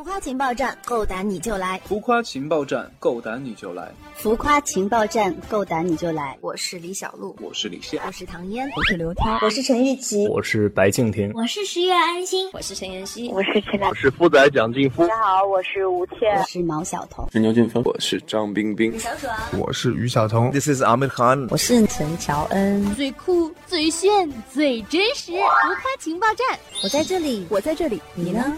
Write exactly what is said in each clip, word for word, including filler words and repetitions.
浮夸情报站，够胆你就来！ 浮夸情报站，够胆你就来！ 浮夸情报站，够胆你就来！ 我是李小璐， 我是李现， 我是唐嫣， 我是刘涛， 我是陈玉琪， 我是白敬亭， 我是十月安心， 我是陈妍希， 我是陈我是富仔蒋劲夫。 大家好，我是吴倩， 我是毛晓彤， 是牛俊峰， 我是张冰冰， 小爽， 我是于晓彤 ，This is Amir Khan， 我是陈乔恩。 最酷、最炫、最真实，浮夸情报站， 我在这里， 我在这里， 你呢？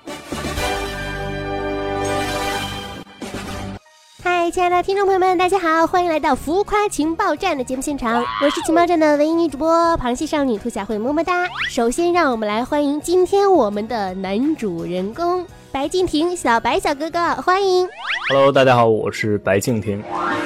嗨，亲爱的听众朋友们，大家好，欢迎来到浮夸情报站的节目现场，我是情报站的唯一女主播螃蟹少女兔小慧，么么哒。首先让我们来欢迎今天我们的男主人公白敬亭，小白小哥哥，欢迎。 Hello， 大家好，我是白敬亭。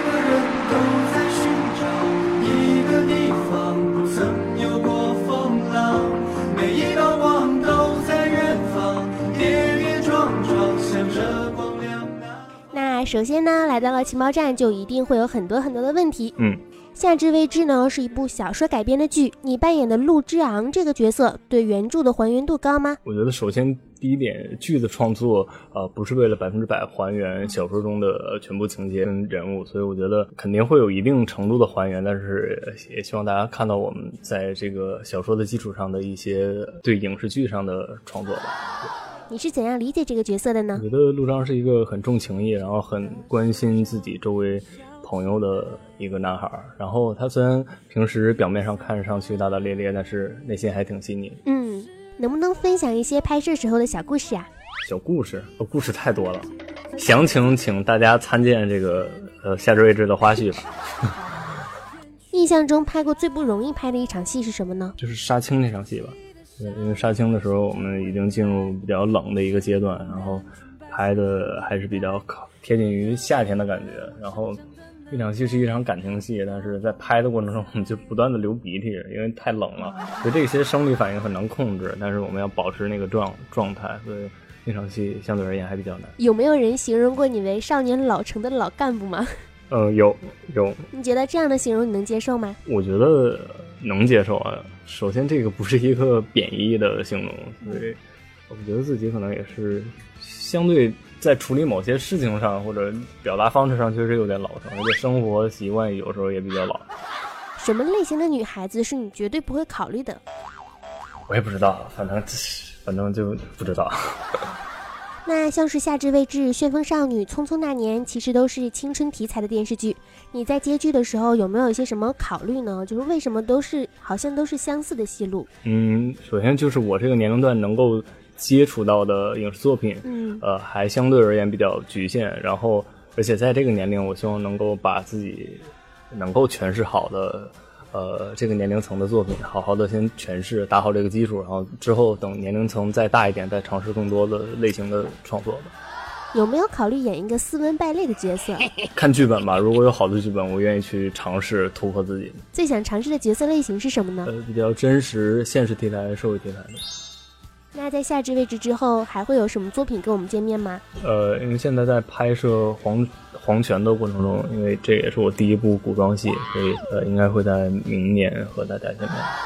那首先呢，来到了情报站就一定会有很多很多的问题。 嗯， 夏至未至呢是一部小说改编的剧，你扮演的陆之昂这个角色对原著的还原度高吗？ 我觉得首先第一点，剧的创作呃不是为了百分之百还原小说中的全部情节跟人物，所以我觉得肯定会有一定程度的还原，但是也希望大家看到我们在这个小说的基础上的一些对影视剧上的创作吧。 你是怎样理解这个角色的呢？ 我觉得陆章是一个很重情义，然后很关心自己周围朋友的一个男孩，然后他虽然平时表面上看上去大大咧咧，但是内心还挺细腻。 嗯，能不能分享一些拍摄时候的小故事啊？ 小故事，哦，故事太多了，详情请大家参见这个呃夏至未至的花絮吧。 印象中拍过最不容易拍的一场戏是什么呢？ 就是杀青那场戏吧。对，因为杀青的时候我们已经进入比较冷的一个阶段，然后拍的还是比较贴近于夏天的感觉，然后这场戏是一场感情戏，但是在拍的过程中我们就不断的流鼻涕，因为太冷了，所以这些生理反应很难控制，但是我们要保持那个状状态，所以那场戏相对而言还比较难。 有没有人形容过你为少年老成的老干部吗？ 呃，有有。 你觉得这样的形容你能接受吗？ 我觉得能接受啊。首先这个不是一个贬义的形容，所以我觉得自己可能也是相对在处理某些事情上或者表达方式上确实有点老成，而且生活习惯有时候也比较老。 什么类型的女孩子是你绝对不会考虑的？ 我也不知道，反正反正就不知道。 那像是夏至未至、旋风少女、匆匆那年，其实都是青春题材的电视剧。你在接剧的时候有没有一些什么考虑呢？就是为什么都是好像都是相似的戏路？ 嗯，首先就是我这个年龄段能够接触到的影视作品，嗯，呃，还相对而言比较局限。然后，而且在这个年龄，我希望能够把自己能够诠释好的。呃，这个年龄层的作品，好好的先诠释，打好这个基础，然后之后等年龄层再大一点，再尝试更多的类型的创作吧。 有没有考虑演一个斯文败类的角色？ 看剧本吧，如果有好的剧本，我愿意去尝试突破自己。 最想尝试的角色类型是什么呢？ 呃，比较真实、现实题材、社会题材的。 那在夏至未至之后，还会有什么作品跟我们见面吗？ 呃，因为现在在拍摄黄。黄泉的过程中，因为这也是我第一部古装戏，所以呃，应该会在明年和大家见面。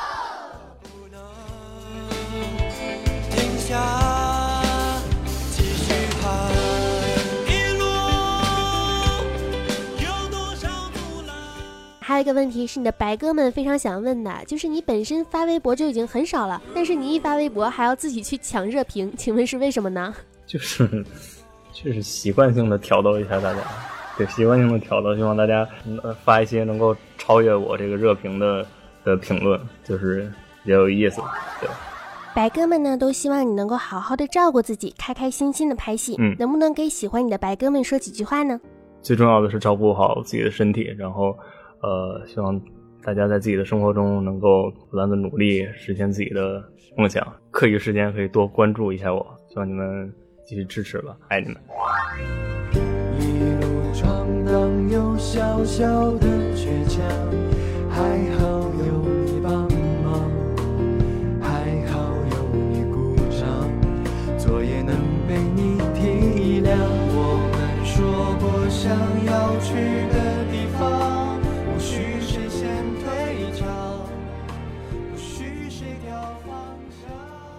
还有一个问题是你的白哥们非常想问的，就是你本身发微博就已经很少了，但是你一发微博还要自己去抢热评，请问是为什么呢？ 就是就是习惯性的挑逗一下大家，对，习惯性的挑逗，希望大家呃发一些能够超越我这个热评的的评论，就是比较有意思。对， 白哥们呢都希望你能够好好的照顾自己，开开心心的拍戏。嗯，能不能给喜欢你的白哥们说几句话呢？ 最重要的是照顾好自己的身体，然后呃，希望大家在自己的生活中能够不断的努力，实现自己的梦想。课余时间可以多关注一下我，希望你们继续支持吧，爱你们。 一路闯荡有小小的倔强，还好有你帮忙，还好有你鼓掌，作业能被你体谅。我们说过想要去的地方，不许谁先退场，不许谁掉方向。 那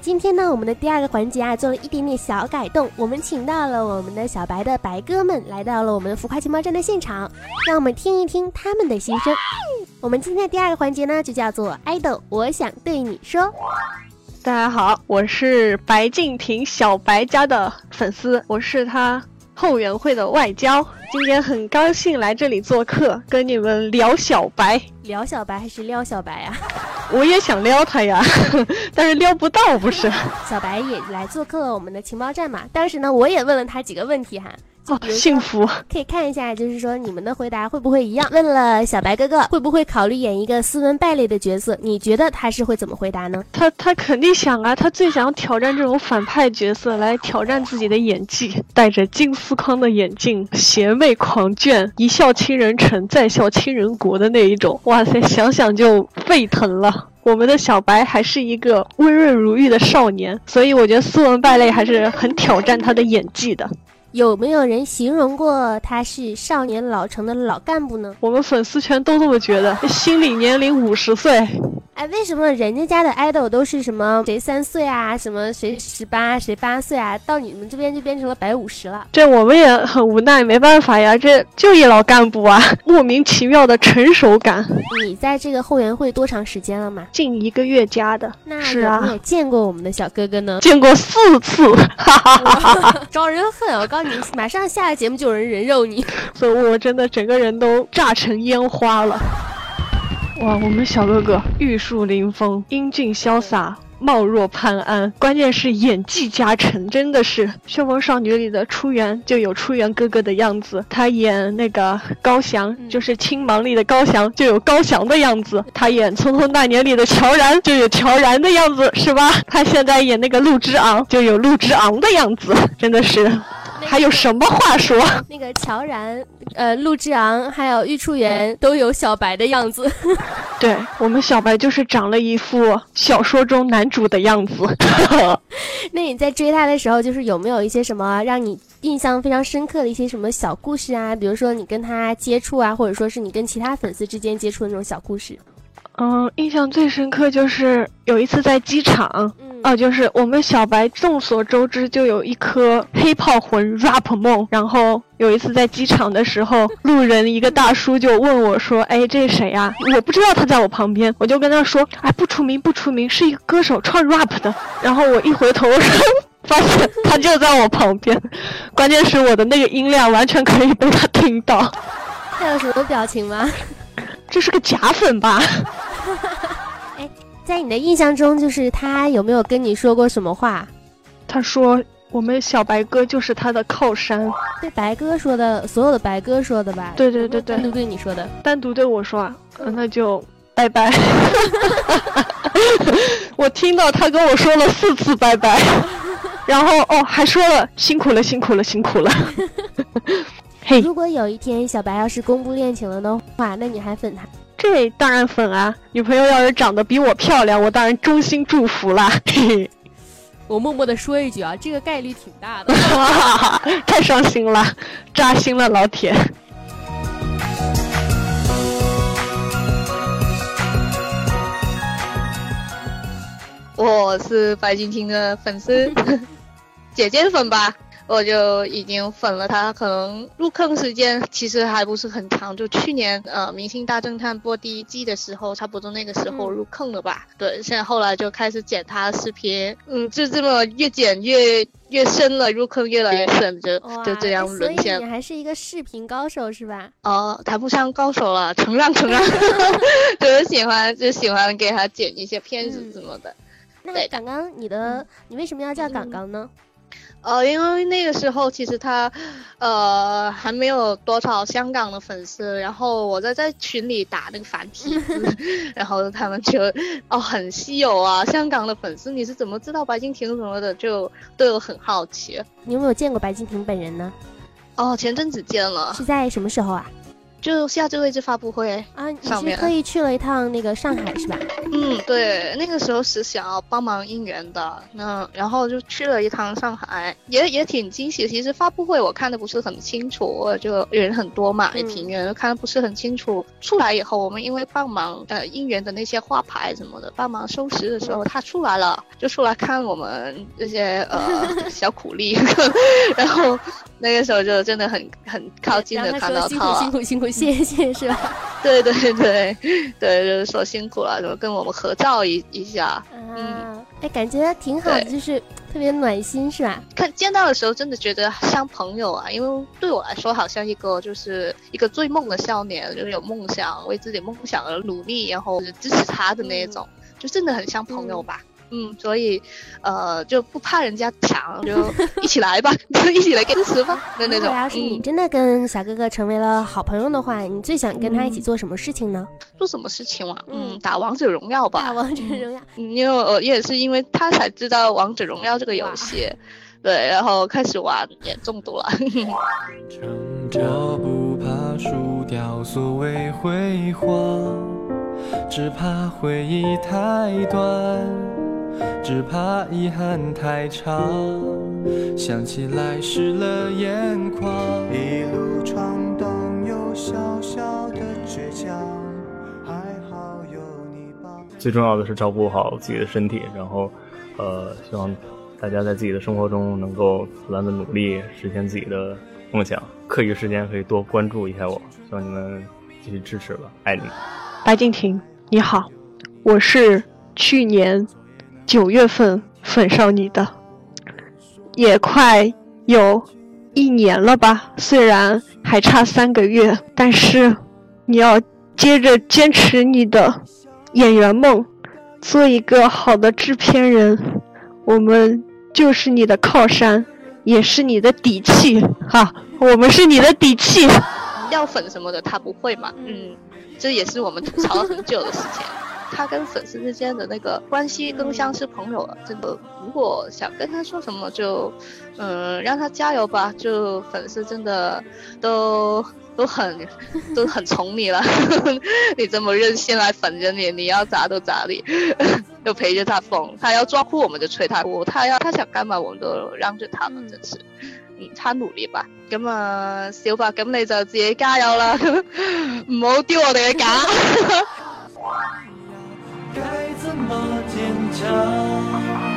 今天呢，我们的第二个环节啊，做了一点点小改动，我们请到了我们的小白的白哥们，来到了我们的浮夸情报站的现场，让我们听一听他们的心声。我们今天的第二个环节呢，就叫做爱豆，我想对你说。 大家好，我是白敬亭小白家的粉丝，我是他后援会的外交，今天很高兴来这里做客，跟你们聊小白。 聊小白还是撩小白啊？ 我也想撩他呀，但是撩不到不是。 小白也来做客了我们的情报站嘛，当时呢我也问了他几个问题哈。 哦，幸福！ 可以看一下，就是说你们的回答会不会一样？问了小白哥哥会不会考虑演一个斯文败类的角色，你觉得他是会怎么回答呢？ 他他肯定想啊，他最想要挑战这种反派角色，来挑战自己的演技。戴着金丝框的眼镜，邪魅狂狷，一笑倾人城，再笑倾人国的那一种，哇塞，想想就沸腾了。我们的小白还是一个温润如玉的少年，所以我觉得斯文败类还是很挑战他的演技的。 有没有人形容过他是少年老成的老干部呢？ 我们粉丝圈都这么觉得，心理年龄五十岁。 哎，为什么人家家的 idol 都是什么谁三岁啊，什么谁十八谁八岁啊，到你们这边就变成了百五十了？ 这我们也很无奈，没办法呀，这就一老干部啊，莫名其妙的成熟感。 你在这个后援会多长时间了吗？ 近一个月加的。 那是啊， 有没有见过我们的小哥哥呢？ 见过四次，哈哈哈哈， 招人恨！我告诉你，马上下了节目就有人人肉你， 所以我真的整个人都炸成烟花了。哇，我们小哥哥玉树临风，英俊潇洒，貌若潘安，关键是演技加成，真的是《旋风少女》里的初原就有初原哥哥的样子，他演那个高翔，嗯、就是青芒里的高翔就有高翔的样子，他演《匆匆那年》里的乔然就有乔然的样子，是吧？他现在演那个陆之昂就有陆之昂的样子，真的是。还有什么话说？ 那个乔然、呃，陆之昂还有玉初原都有小白的样子。 对，我们小白就是长了一副小说中男主的样子。 那你在追他的时候，就是有没有一些什么让你印象非常深刻的一些什么小故事啊？比如说你跟他接触啊，或者说是你跟其他粉丝之间接触的那种小故事。 嗯，印象最深刻就是有一次在机场，嗯，哦、啊，就是我们小白众所周知就有一颗黑炮魂 rap 梦，然后有一次在机场的时候，路人一个大叔就问我说：“哎，这是谁呀？”我不知道他在我旁边，我就跟他说：“哎，不出名，不出名，是一个歌手唱 rap 的。”然后我一回头发现他就在我旁边，关键是我的那个音量完全可以被他听到。 他有什么表情吗？ 这是个假粉吧？ 哎，在你的印象中，就是他有没有跟你说过什么话？ 他说我们小白哥就是他的靠山。 对白哥说的，所有的白哥说的吧？ 对对对对， 单独对你说的。 单独对我说啊，嗯、那就拜拜。我听到他跟我说了四次拜拜，然后哦还说了辛苦了辛苦了辛苦了。 嘿，如果有一天小白要是公布恋情了的话，那你还粉他？ 这当然粉啊！女朋友要是长得比我漂亮，我当然衷心祝福啦。 我默默的说一句啊，这个概率挺大的。 太伤心了，扎心了，老铁。 我是白敬亭的粉丝，姐姐粉吧。我就已经粉了他，可能入坑时间其实还不是很长，就去年呃《明星大侦探》播第一季的时候，差不多那个时候入坑了吧。嗯、对，现在后来就开始剪他的视频，嗯，就这么越剪越越深了，入坑越来越深，就就这样沦陷。 所以你还是一个视频高手是吧？ 哦、呃，谈不上高手了，承让承让，就是喜欢就喜欢给他剪一些片子什么的。 嗯、那刚刚你的、嗯、你为什么要叫刚刚呢？ 呃，因为那个时候其实他，呃，还没有多少香港的粉丝，然后我在在群里打那个繁体字，然后他们就哦很稀有啊，香港的粉丝你是怎么知道白敬亭什么的，就对我很好奇。 你有没有见过白敬亭本人呢？ 哦，前阵子见了。 是在什么时候啊？ 就夏至未至发布会啊，你上面是特意去了一趟那个上海是吧？ 嗯，对，那个时候是想要帮忙应援的，那然后就去了一趟上海，也也挺惊喜。其实发布会我看的不是很清楚，就人很多嘛，也挺远，看的不是很清楚。出来以后，我们因为帮忙呃应援的那些画牌什么的，帮忙收拾的时候，他出来了，就出来看我们这些呃小苦力，然后那个时候就真的很很靠近的看到他了， 辛苦辛苦辛苦，谢谢是吧？ 对对对对，就是说辛苦了，就跟我们合照一一下。 嗯，哎，感觉挺好的，就是特别暖心是吧？ 看见到的时候真的觉得像朋友啊，因为对我来说好像一个就是一个追梦的少年，就是有梦想，为自己梦想而努力，然后支持他的那种，嗯、就真的很像朋友吧。嗯嗯，所以，呃，就不怕人家抢，就一起来吧，就一起来支持吧的那种。 要是你真的跟小哥哥成为了好朋友的话，你最想跟他一起做什么事情呢？ 做什么事情啊？嗯，打王者荣耀吧。 打王者荣耀。 嗯，因为我也是因为他才知道王者荣耀这个游戏，对，然后开始玩也中毒了。 我不怕输掉所谓辉煌，只怕回忆太短。只怕遗憾太长，想起来湿了眼眶。一路闯荡有小小的倔强，还好有你帮。 最重要的是照顾好自己的身体，然后，呃，希望大家在自己的生活中能够不断的努力，实现自己的梦想。课余时间可以多关注一下我，希望你们继续支持吧，爱你。 白敬亭，你好，我是去年九月份粉上你的，也快有一年了吧，虽然还差三个月，但是你要接着坚持你的演员梦，做一个好的制片人，我们就是你的靠山，也是你的底气哈，我们是你的底气。 要粉什么的他不会嘛，嗯，这也是我们吐槽了很久的事情。他跟粉丝之间的那个关系更像是朋友了，真的。如果想跟他说什么就，嗯，让他加油吧。就粉丝真的都都很都很宠你了，你这么任性来粉着你，你要咋都咋地，就陪着他疯。他要抓哭我们就催他哭，他要他想干嘛我们都让着他们，真是。嗯，他努力吧。咁啊，小白，咁你就自己加油啦，唔好丟我哋嘅架。 该怎么坚强？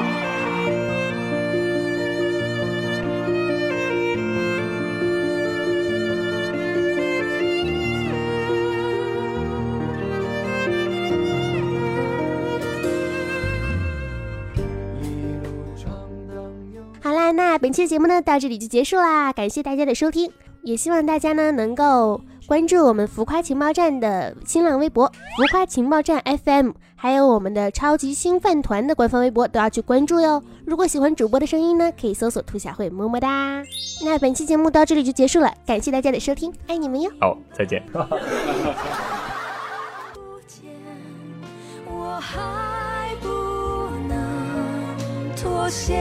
好啦，那本期的节目呢到这里就结束啦，感谢大家的收听，也希望大家呢能够关注我们浮夸情报站的新浪微博浮夸情报站 F M， 还有我们的超级星饭团的官方微博都要去关注哟。如果喜欢主播的声音呢，可以搜索兔小慧，么么哒。那本期节目到这里就结束了，感谢大家的收听，爱你们哟。 好，再见。 我还不能妥协，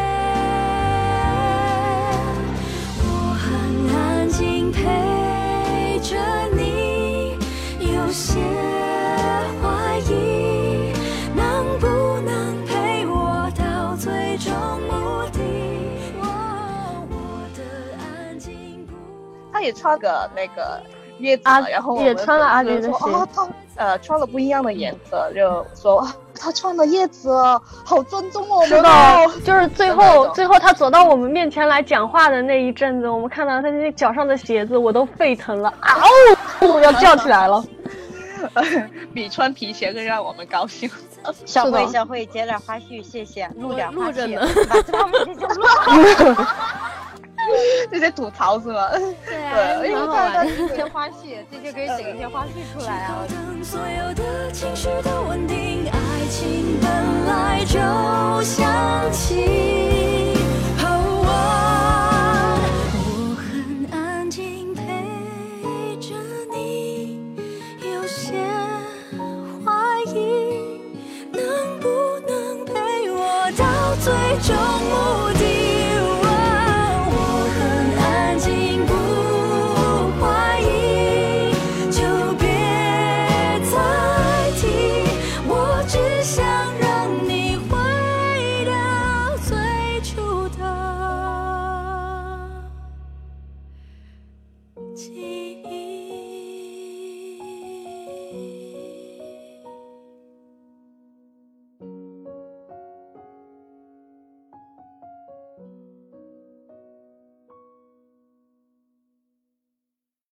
我很安静陪着你，有些怀疑能不能陪我到最终目的。我的安静不， 他也穿个那个叶子， 啊、 然后也穿了阿迪的鞋， 哦，他呃穿了不一样的颜色，就说他穿了叶子，好尊重我们。 是的，就是最后最后他走到我们面前来讲话的那一阵子，我们看到他那脚上的鞋子，我都沸腾了，啊哦，要叫起来了。 比穿皮鞋更让我们高兴。 小慧，小慧，接点花絮，谢谢，录点花絮， 录着呢， 把这方面这些录。 这些吐槽是吗？ 对啊，因为大家一些花絮，这就可以整一些花絮出来啊。 所有的情绪都稳定，爱情本来就像气。